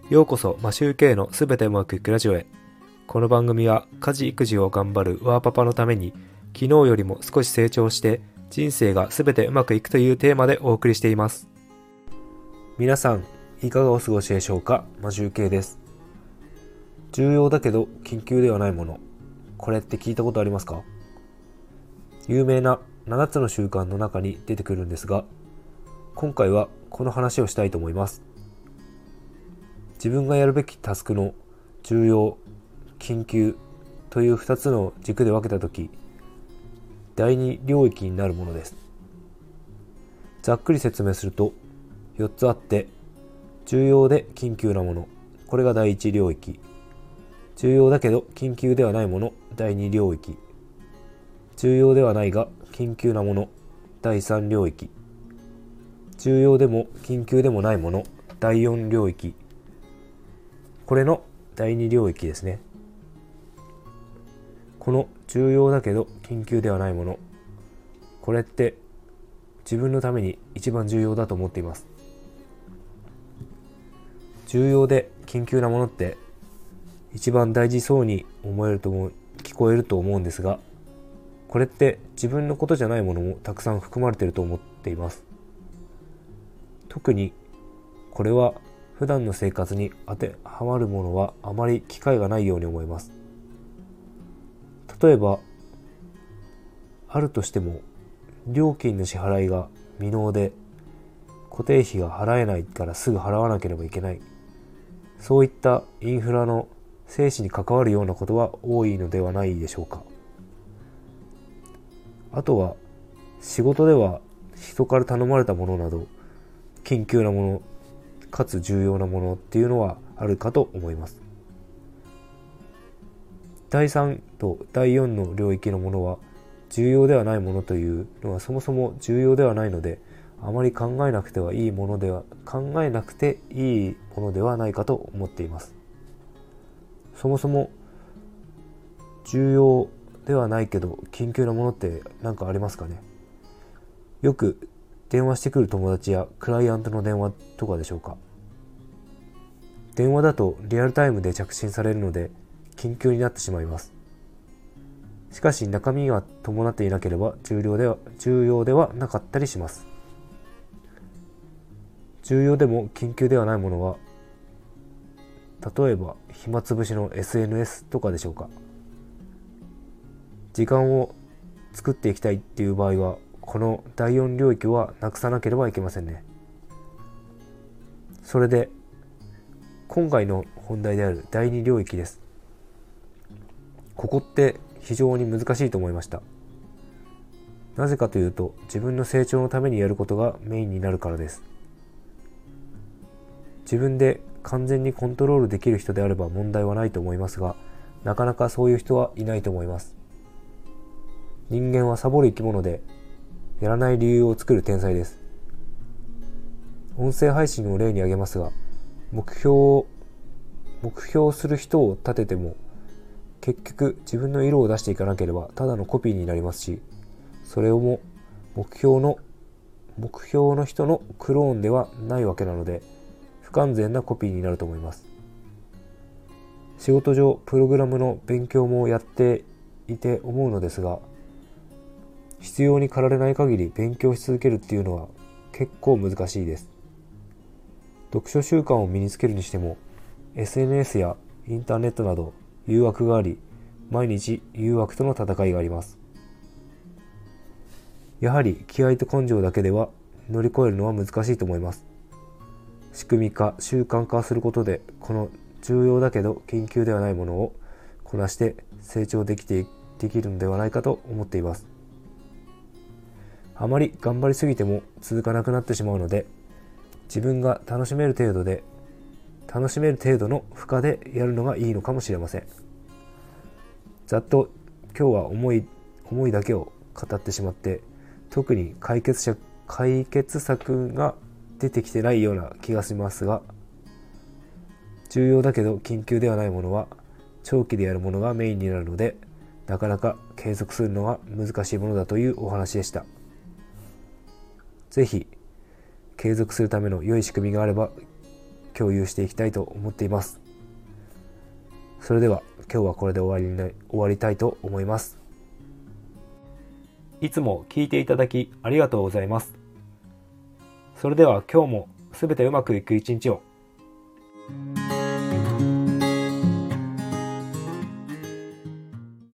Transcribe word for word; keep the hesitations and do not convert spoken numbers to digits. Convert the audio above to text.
ようこそマシューケーのすべてうまくいくラジオへ。この番組は家事育児を頑張るワーパパのために、昨日よりも少し成長して人生がすべてうまくいくというテーマでお送りしています。皆さんいかがお過ごしでしょうか。マシューケーです。重要だけど緊急ではないもの、これって聞いたことありますか？有名なななつの習慣の中に出てくるんですが、今回はこの話をしたいと思います。自分がやるべきタスクの重要、緊急というふたつの軸で分けたとき、第二領域になるものです。ざっくり説明するとよっつあって、重要で緊急なもの、これが第一領域。重要だけど緊急ではないもの、第二領域。重要ではないが緊急なもの、第三領域。重要でも緊急でもないもの、第四領域。これの第二領域ですね。この重要だけど緊急ではないもの、これって自分のために一番重要だと思っています。重要で緊急なものって一番大事そうに思えると思う、聞こえると思うんですが、これって自分のことじゃないものもたくさん含まれていると思っています。特にこれは普段の生活に当てはまるものはあまり機会がないように思います。例えば、あるとしても料金の支払いが未納で固定費が払えないからすぐ払わなければいけない、そういったインフラの生死に関わるようなことは多いのではないでしょうか。あとは仕事では人から頼まれたものなど緊急なものかつ重要なものっていうのはあるかと思います。だいさんとだいよんの領域のものは重要ではないものというのはそもそも重要ではないので、あまり考えなくてはいいものでは考えなくていいものではないかと思っています。そもそも重要ではないけど緊急なものって何かありますかね。よく電話してくる友達やクライアントの電話とかでしょうか。電話だとリアルタイムで着信されるので緊急になってしまいます。しかし中身が伴っていなければ重要では、重要ではなかったりします。重要でも緊急ではないものは、例えば暇つぶしの エスエヌエス とかでしょうか。時間を作っていきたいっていう場合は、このだいよん領域はなくさなければいけませんね。それで今回の本題であるだいに領域です。ここって非常に難しいと思いました。なぜかというと、自分の成長のためにやることがメインになるからです。自分で完全にコントロールできる人であれば問題はないと思いますが、なかなかそういう人はいないと思います。人間はサボる生き物で、やらない理由を作る天才です。音声配信を例に挙げますが、目標を目標する人を立てても結局自分の色を出していかなければただのコピーになりますし、それをも目標の目標の人のクローンではないわけなので、不完全なコピーになると思います。仕事上プログラムの勉強もやっていて思うのですが、必要に駆られない限り勉強し続けるっていうのは結構難しいです。読書習慣を身につけるにしても エスエヌエス やインターネットなど誘惑があり、毎日誘惑との戦いがあります。やはり気合と根性だけでは乗り越えるのは難しいと思います。仕組み化、習慣化することで、この重要だけど緊急ではないものをこなして成長できてできるのではないかと思っています。あまり頑張りすぎても続かなくなってしまうので、自分が楽しめる程度で楽しめる程度の負荷でやるのがいいのかもしれません。ざっと今日は思い思いだけを語ってしまって、特に解決策解決策が出てきてないような気がしますが、重要だけど緊急ではないものは長期でやるものがメインになるので、なかなか継続するのが難しいものだというお話でした。ぜひ継続するための良い仕組みがあれば共有していきたいと思っています。それでは今日はこれで終わりに終わりたいと思います。いつも聞いていただきありがとうございます。それでは今日もすべてうまくいく一日を。